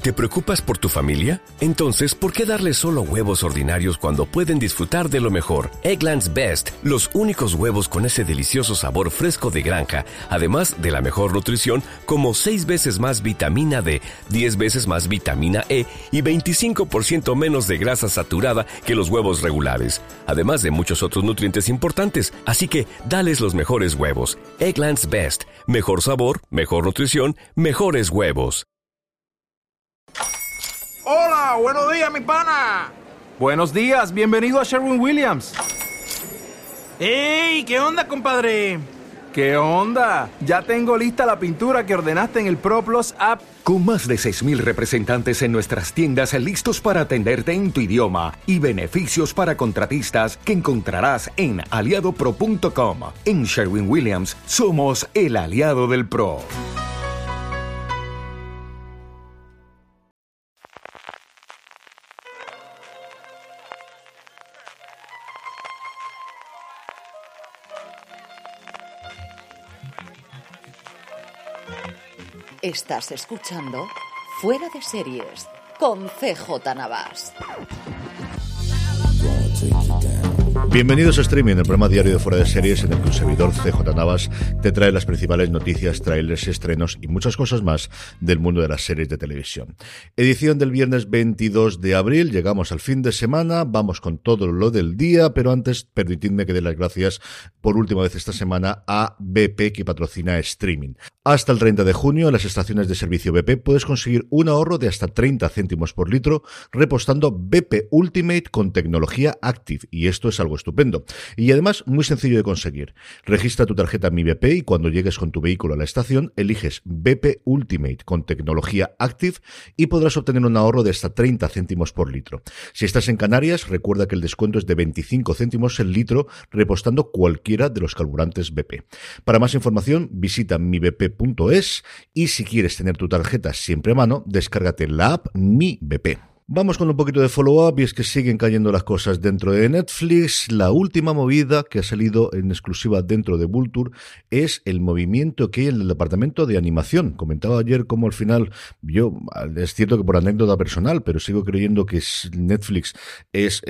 ¿Te preocupas por tu familia? Entonces, ¿por qué darles solo huevos ordinarios cuando pueden disfrutar de lo mejor? Eggland's Best, los únicos huevos con ese delicioso sabor fresco de granja, además de la mejor nutrición, como 6 veces más vitamina D, 10 veces más vitamina E y 25% menos de grasa saturada que los huevos regulares, además de muchos otros nutrientes importantes. Así que, dales los mejores huevos. Eggland's Best, mejor sabor, mejor nutrición, mejores huevos. Hola, buenos días, mi pana. Buenos días, bienvenido a Sherwin-Williams. ¡Ey! ¿Qué onda, compadre? ¿Qué onda? Ya tengo lista la pintura que ordenaste en el ProPlus app. Con más de 6,000 representantes en nuestras tiendas listos para atenderte en tu idioma y beneficios para contratistas que encontrarás en aliadopro.com. En Sherwin-Williams somos el aliado del pro. Estás escuchando Fuera de Series con CJ Navas. Bienvenidos a Streaming, el programa diario de Fuera de Series en el que un servidor, CJ Navas, te trae las principales noticias, trailers, estrenos y muchas cosas más del mundo de las series de televisión. Edición del viernes 22 de abril, llegamos al fin de semana, vamos con todo lo del día, pero antes permitidme que dé las gracias por última vez esta semana a BP, que patrocina Streaming. Hasta el 30 de junio, en las estaciones de servicio BP puedes conseguir un ahorro de hasta 30 céntimos por litro repostando BP Ultimate con tecnología Active, y esto es algo estupendo. Y además, muy sencillo de conseguir. Registra tu tarjeta Mi BP y cuando llegues con tu vehículo a la estación, eliges BP Ultimate con tecnología Active y podrás obtener un ahorro de hasta 30 céntimos por litro. Si estás en Canarias, recuerda que el descuento es de 25 céntimos el litro repostando cualquiera de los carburantes BP. Para más información, visita mibp.es y si quieres tener tu tarjeta siempre a mano, descárgate la app Mi BP. Vamos con un poquito de follow-up y es que siguen cayendo las cosas dentro de Netflix. La última movida que ha salido en exclusiva dentro de Vulture es el movimiento que hay en el departamento de animación. Comentaba ayer cómo al final, yo, es cierto que por anécdota personal, pero sigo creyendo que Netflix es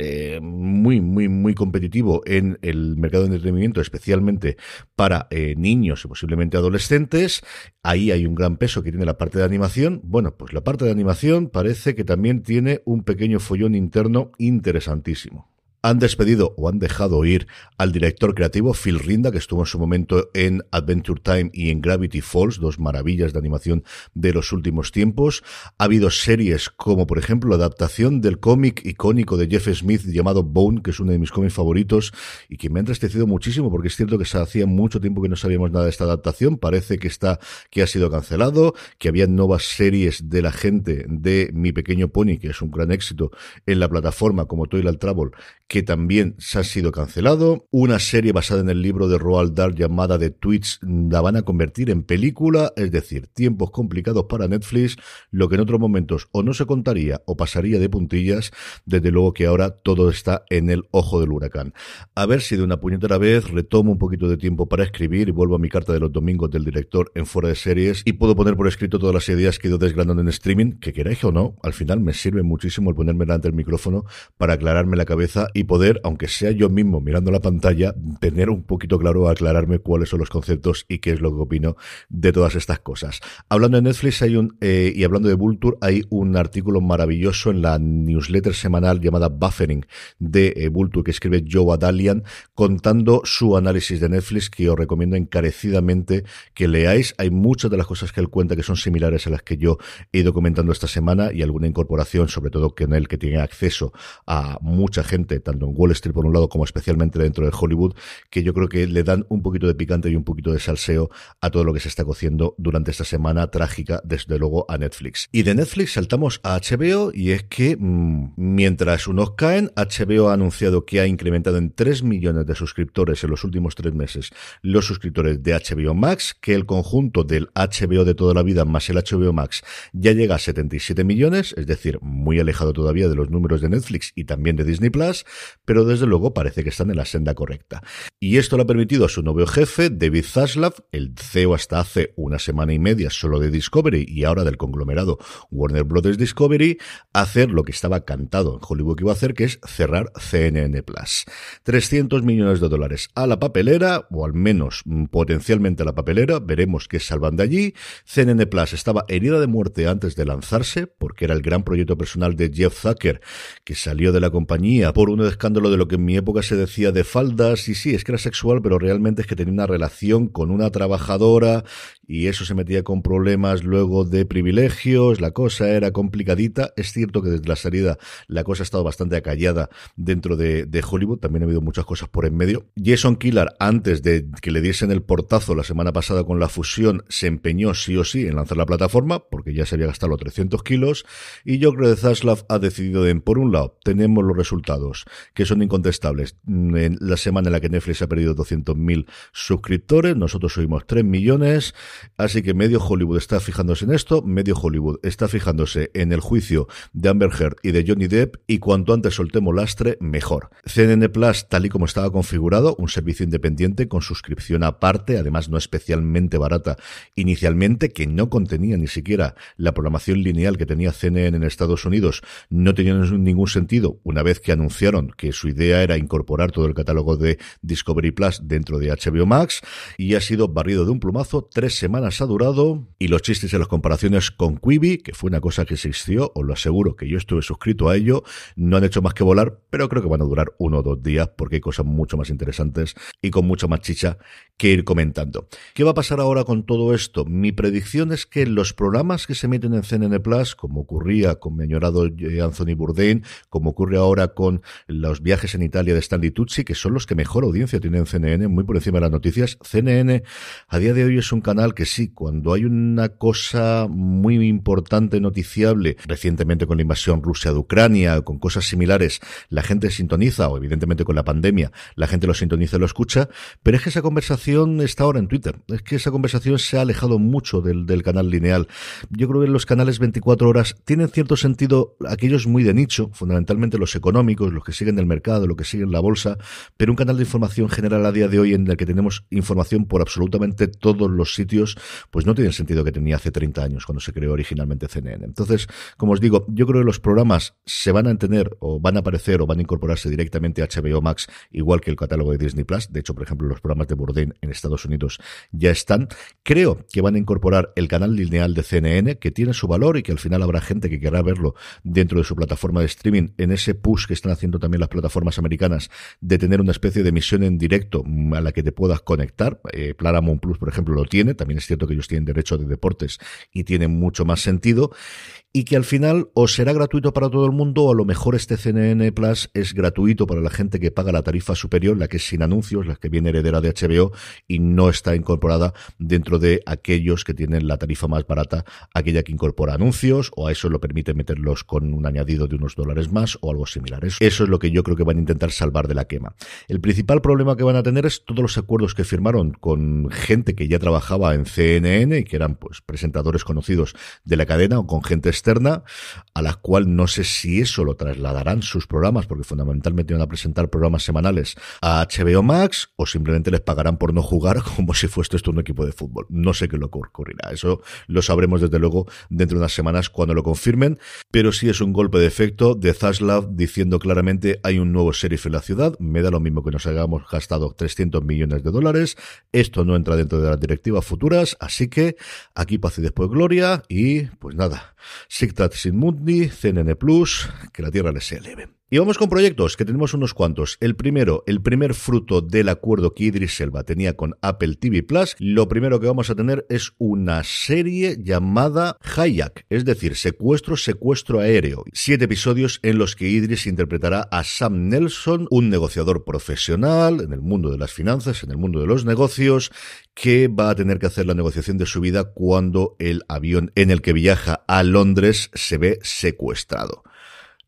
muy competitivo en el mercado de entretenimiento, especialmente para niños y posiblemente adolescentes. Ahí hay un gran peso que tiene la parte de animación. Bueno, pues la parte de animación parece que también tiene un pequeño follón interno interesantísimo. Han despedido o han dejado ir al director creativo Phil Rinda, que estuvo en su momento en Adventure Time y en Gravity Falls, dos maravillas de animación de los últimos tiempos. Ha habido series como, por ejemplo, la adaptación del cómic icónico de Jeff Smith llamado Bone, que es uno de mis cómics favoritos y que me ha entristecido muchísimo porque es cierto que se hacía mucho tiempo que no sabíamos nada de esta adaptación. Parece que ha sido cancelado, que había nuevas series de la gente de Mi Pequeño Pony, que es un gran éxito en la plataforma, como Toilet Trouble, que también se ha sido cancelado. Una serie basada en el libro de Roald Dahl llamada The Tweets la van a convertir en película, es decir, tiempos complicados para Netflix, lo que en otros momentos o no se contaría o pasaría de puntillas, desde luego que ahora todo está en el ojo del huracán. A ver si de una puñetera vez retomo un poquito de tiempo para escribir y vuelvo a mi carta de los domingos del director en Fuera de Series y puedo poner por escrito todas las ideas que he ido desgranando en streaming, que queráis o no, al final me sirve muchísimo el ponerme delante del micrófono para aclararme la cabeza y poder, aunque sea yo mismo mirando la pantalla, tener un poquito claro, aclararme cuáles son los conceptos y qué es lo que opino de todas estas cosas. Hablando de Netflix y hablando de Vulture, hay un artículo maravilloso en la newsletter semanal llamada Buffering de Vulture que escribe Joe Adalian contando su análisis de Netflix, que os recomiendo encarecidamente que leáis. Hay muchas de las cosas que él cuenta que son similares a las que yo he ido comentando esta semana y alguna incorporación, sobre todo que en él que tiene acceso a mucha gente, tanto en Wall Street por un lado como especialmente dentro de Hollywood, que yo creo que le dan un poquito de picante y un poquito de salseo a todo lo que se está cociendo durante esta semana trágica, desde luego, a Netflix. Y de Netflix saltamos a HBO y es que mientras unos caen, HBO ha anunciado que ha incrementado en 3 millones de suscriptores en los últimos 3 meses los suscriptores de HBO Max, que el conjunto del HBO de toda la vida más el HBO Max ya llega a 77 millones, es decir, muy alejado todavía de los números de Netflix y también de Disney Plus. pero desde luego parece que están en la senda correcta. Y esto le ha permitido a su nuevo jefe, David Zaslav, el CEO hasta hace una semana y media solo de Discovery y ahora del conglomerado Warner Brothers Discovery, hacer lo que estaba cantado en Hollywood que iba a hacer, que es cerrar CNN Plus. $300 millones a la papelera, o al menos potencialmente a la papelera, veremos qué salvan de allí. CNN Plus estaba herida de muerte antes de lanzarse, porque era el gran proyecto personal de Jeff Zucker, que salió de la compañía por un escándalo de lo que en mi época se decía de faldas, y sí, es que era sexual, pero realmente es que tenía una relación con una trabajadora, y eso se metía con problemas luego de privilegios, la cosa era complicadita. Es cierto que desde la salida la cosa ha estado bastante acallada dentro de Hollywood, también ha habido muchas cosas por en medio. Jason Kilar, antes de que le diesen el portazo la semana pasada con la fusión, se empeñó sí o sí en lanzar la plataforma, porque ya se había gastado los 300 kilos, y yo creo que Zaslav ha decidido por un lado, tenemos los resultados, que son incontestables, en la semana en la que Netflix ha perdido 200.000 suscriptores, nosotros subimos 3 millones, así que medio Hollywood está fijándose en esto, medio Hollywood está fijándose en el juicio de Amber Heard y de Johnny Depp, y cuanto antes soltemos lastre, mejor. CNN Plus, tal y como estaba configurado, un servicio independiente con suscripción aparte, además no especialmente barata inicialmente, que no contenía ni siquiera la programación lineal que tenía CNN en Estados Unidos, no tenía ningún sentido una vez que anunciaron que su idea era incorporar todo el catálogo de Discovery Plus dentro de HBO Max, y ha sido barrido de un plumazo. 3 semanas ha durado, y los chistes y las comparaciones con Quibi, que fue una cosa que existió, os lo aseguro que yo estuve suscrito a ello, no han hecho más que volar, pero creo que van a durar 1 o 2 días porque hay cosas mucho más interesantes y con mucha más chicha que ir comentando. ¿Qué va a pasar ahora con todo esto? Mi predicción es que los programas que se meten en CNN Plus, como ocurría con mi añorado Anthony Bourdain, como ocurre ahora con los viajes en Italia de Stanley Tucci, que son los que mejor audiencia tienen en CNN, muy por encima de las noticias. CNN a día de hoy es un canal que sí, cuando hay una cosa muy importante, noticiable, recientemente con la invasión rusa de Ucrania, con cosas similares, la gente sintoniza, o evidentemente con la pandemia, la gente lo sintoniza y lo escucha, pero es que esa conversación está ahora en Twitter, es que esa conversación se ha alejado mucho del canal lineal. Yo creo que los canales 24 horas tienen cierto sentido, aquellos muy de nicho, fundamentalmente los económicos, los que siguen el mercado, los que siguen la bolsa, pero un canal de información general a día de hoy en el que tenemos información por absolutamente todos los sitios, pues no tiene el sentido que tenía hace 30 años cuando se creó originalmente CNN. Entonces, como os digo, yo creo que los programas se van a tener o van a aparecer o van a incorporarse directamente a HBO Max, igual que el catálogo de Disney Plus. De hecho, por ejemplo, los programas de Bourdain en Estados Unidos ya están. Creo que van a incorporar el canal lineal de CNN, que tiene su valor y que al final habrá gente que querrá verlo dentro de su plataforma de streaming, en ese push que están haciendo también las plataformas americanas de tener una especie de emisión en directo a la que te puedas conectar. Paramount Plus, por ejemplo, lo tiene. También es cierto que ellos tienen derecho de deportes y tienen mucho más sentido. Y que al final o será gratuito para todo el mundo, o a lo mejor este CNN Plus es gratuito para la gente que paga la tarifa superior, la que es sin anuncios, la que viene heredera de HBO y no está incorporada dentro de aquellos que tienen la tarifa más barata, aquella que incorpora anuncios, o a eso lo permite meterlos con un añadido de unos $, más o algo similar. Eso es lo que yo creo que van a intentar salvar de la quema. El principal problema que van a tener es todos los acuerdos que firmaron con gente que ya trabajaba en CNN y que eran pues presentadores conocidos de la cadena, o con gente externa, a la cual no sé si eso lo trasladarán sus programas, porque fundamentalmente van a presentar programas semanales a HBO Max, o simplemente les pagarán por no jugar como si fuese esto un equipo de fútbol. No sé qué lo ocurrirá. Eso lo sabremos desde luego dentro de unas semanas cuando lo confirmen, pero sí es un golpe de efecto de Zaslav diciendo claramente hay un nuevo sheriff en la ciudad, me da lo mismo que nos hayamos gastado $300 millones, esto no entra dentro de las directivas futuras, así que aquí paz y después gloria, y pues nada, Sigtrat Sin Mundi, CNN Plus, que la tierra les sea leve. Y vamos con proyectos, que tenemos unos cuantos. El primer fruto del acuerdo que Idris Elba tenía con Apple TV Plus, lo primero que vamos a tener es una serie llamada Hijack, es decir, secuestro aéreo. 7 episodios en los que Idris interpretará a Sam Nelson, un negociador profesional en el mundo de las finanzas, en el mundo de los negocios, que va a tener que hacer la negociación de su vida cuando el avión en el que viaja a Londres se ve secuestrado.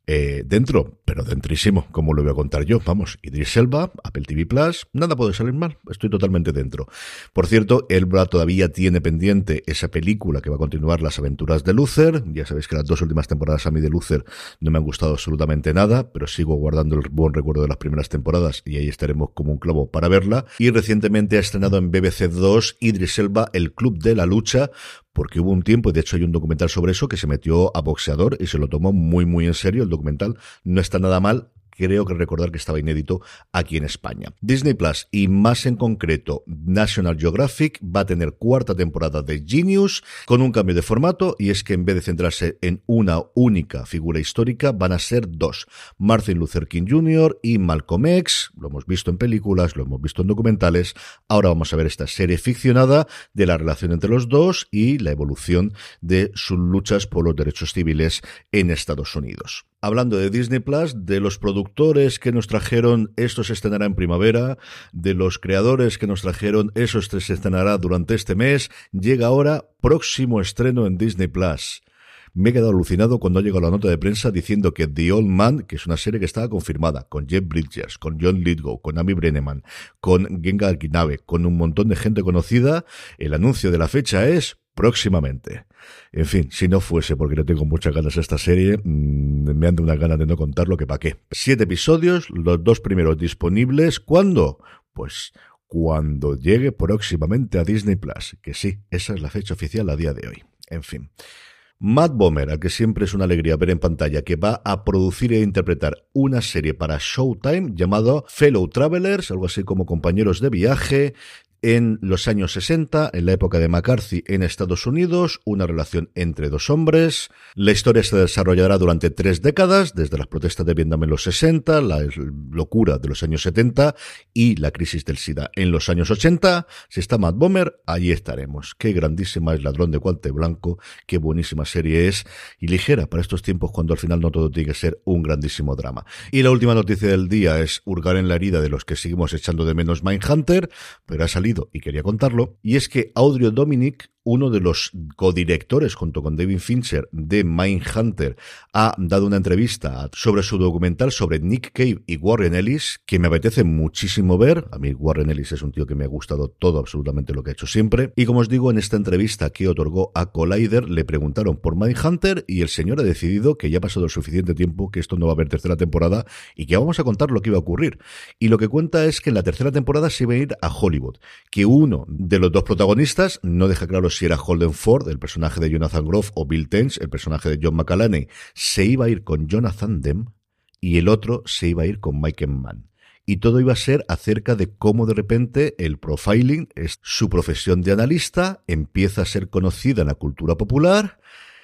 Dentro, pero dentrísimo, como lo voy a contar yo. Vamos, Idris Elba, Apple TV Plus, nada puede salir mal, estoy totalmente dentro. Por cierto, Elba todavía tiene pendiente esa película que va a continuar las aventuras de Luther. Ya sabéis que las 2 últimas temporadas a mí de Luther no me han gustado absolutamente nada, pero sigo guardando el buen recuerdo de las primeras temporadas y ahí estaremos como un clavo para verla. Y recientemente ha estrenado en BBC 2 Idris Elba, El Club de la Lucha, porque hubo un tiempo, y de hecho hay un documental sobre eso, que se metió a boxeador y se lo tomó muy muy en serio. El documental no está nada mal. Creo que recordar que estaba inédito aquí en España. Disney Plus, y más en concreto National Geographic, va a tener 4ª temporada de Genius, con un cambio de formato, y es que en vez de centrarse en una única figura histórica, van a ser 2. Martin Luther King Jr. y Malcolm X. Lo hemos visto en películas, lo hemos visto en documentales. Ahora vamos a ver esta serie ficcionada de la relación entre los dos y la evolución de sus luchas por los derechos civiles en Estados Unidos. Hablando de Disney Plus, de los productores que nos trajeron esto se estrenará en primavera, de los creadores que nos trajeron eso se estrenará durante este mes, llega ahora próximo estreno en Disney Plus. Me he quedado alucinado cuando ha llegado la nota de prensa diciendo que The Old Man, que es una serie que estaba confirmada, con Jeff Bridges, con John Lithgow, con Amy Brenneman, con Gengar Guinabe, con un montón de gente conocida, el anuncio de la fecha es próximamente. En fin, si no fuese porque le tengo muchas ganas a esta serie, me ando unas ganas de no contarlo que pa' qué. 7 episodios, los 2 primeros disponibles. ¿Cuándo? Pues cuando llegue próximamente a Disney Plus, que sí, esa es la fecha oficial a día de hoy. En fin. Matt Bomer, al que siempre es una alegría ver en pantalla, que va a producir e interpretar una serie para Showtime llamado Fellow Travelers, algo así como compañeros de viaje, en los años 60, en la época de McCarthy en Estados Unidos, una relación entre 2 hombres. La historia se desarrollará durante 3 décadas, desde las protestas de Vietnam en los 60, la locura de los años 70 y la crisis del SIDA en los años 80. Si está Matt Bomer, allí estaremos. Qué grandísima es Ladrón de Guante Blanco, qué buenísima serie es, y ligera para estos tiempos cuando al final no todo tiene que ser un grandísimo drama. Y la última noticia del día es hurgar en la herida de los que seguimos echando de menos Mindhunter, pero ha salido y quería contarlo, y es que Audrey Dominic, uno de los codirectores junto con David Fincher de Mindhunter, ha dado una entrevista sobre su documental sobre Nick Cave y Warren Ellis, que me apetece muchísimo ver. A mí Warren Ellis es un tío que me ha gustado todo, absolutamente lo que ha hecho siempre. Y como os digo, en esta entrevista que otorgó a Collider, le preguntaron por Mindhunter y el señor ha decidido que ya ha pasado el suficiente tiempo, que esto no va a haber 3ª temporada y que vamos a contar lo que iba a ocurrir. Y lo que cuenta es que en la 3ª temporada se iba a ir a Hollywood, que uno de los 2 protagonistas, no deja claro si era Holden Ford, el personaje de Jonathan Groff, o Bill Tench, el personaje de John McAlhaney, se iba a ir con Jonathan Demme y el otro se iba a ir con Mike Mann. Y todo iba a ser acerca de cómo de repente el profiling, es su profesión de analista, empieza a ser conocida en la cultura popular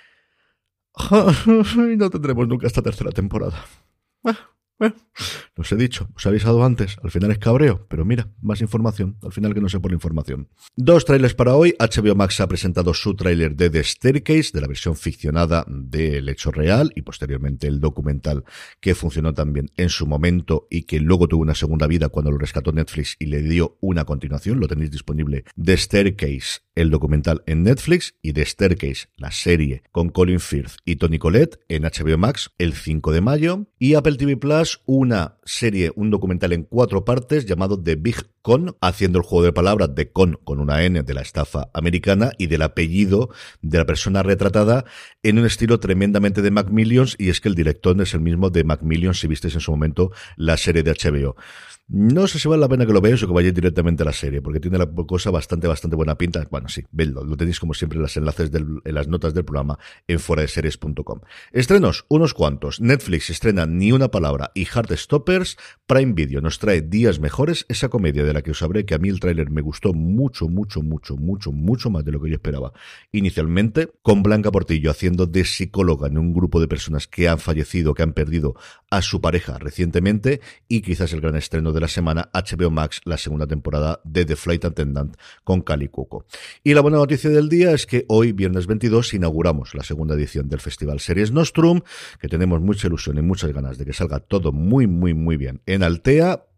y no tendremos nunca esta 3ª temporada. Bueno, os he dicho, os he avisado antes, al final es cabreo, pero mira, más información, al final que no sé por la información. 2 trailers para hoy. HBO Max ha presentado su tráiler de The Staircase, de la versión ficcionada del hecho real, y posteriormente el documental que funcionó también en su momento y que luego tuvo una segunda vida cuando lo rescató Netflix y le dio una continuación. Lo tenéis disponible, The Staircase, el documental en Netflix, y The Staircase, la serie con Colin Firth y Toni Collette en HBO Max el 5 de mayo. Y Apple TV Plus, una serie, un documental en 4 partes llamado The Big Con, haciendo el juego de palabras de con una N de la estafa americana y del apellido de la persona retratada en un estilo tremendamente de Macmillions, y es que el director es el mismo de Macmillions si visteis en su momento la serie de HBO. No sé si vale la pena que lo veáis o que vayáis directamente a la serie, porque tiene la cosa bastante buena pinta. Bueno, sí, vedlo, lo tenéis como siempre en los enlaces en las notas del programa en fueradeseries.com. Estrenos, unos cuantos. Netflix estrena Ni una palabra y Heartstoppers. Prime Video nos trae Días mejores, esa comedia de la que os sabré que a mí el tráiler me gustó mucho más de lo que yo esperaba inicialmente, con Blanca Portillo haciendo de psicóloga en un grupo de personas que han fallecido, que han perdido a su pareja recientemente, y quizás el gran estreno de la semana, HBO Max, la segunda temporada de The Flight Attendant con Kaley Cuoco. Y la buena noticia del día es que hoy, viernes 22, inauguramos la segunda edición del Festival Series Nostrum, que tenemos mucha ilusión y muchas ganas de que salga todo muy bien en Altea.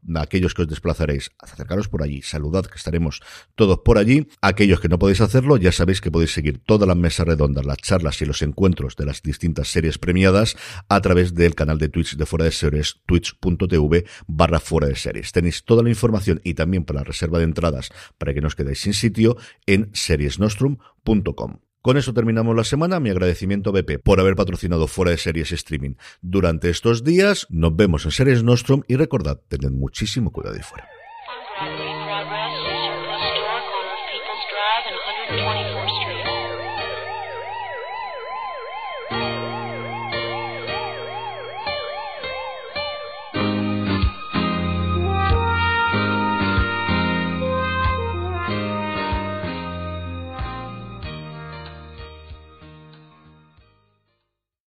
aquellos que os desplazaréis, acercaros por allí, saludad, que estaremos todos por allí. Aquellos que no podéis hacerlo, ya sabéis que podéis seguir todas las mesas redondas, las charlas y los encuentros de las distintas series premiadas a través del canal de Twitch de Fuera de Series, twitch.tv/Fuera de Series. Tenéis toda la información y también para la reserva de entradas para que no os quedéis sin sitio en seriesnostrum.com. Con eso terminamos la semana. Mi agradecimiento a BP por haber patrocinado Fuera de Series Streaming durante estos días. Nos vemos en Series Nostrum y recordad, tened muchísimo cuidado ahí fuera.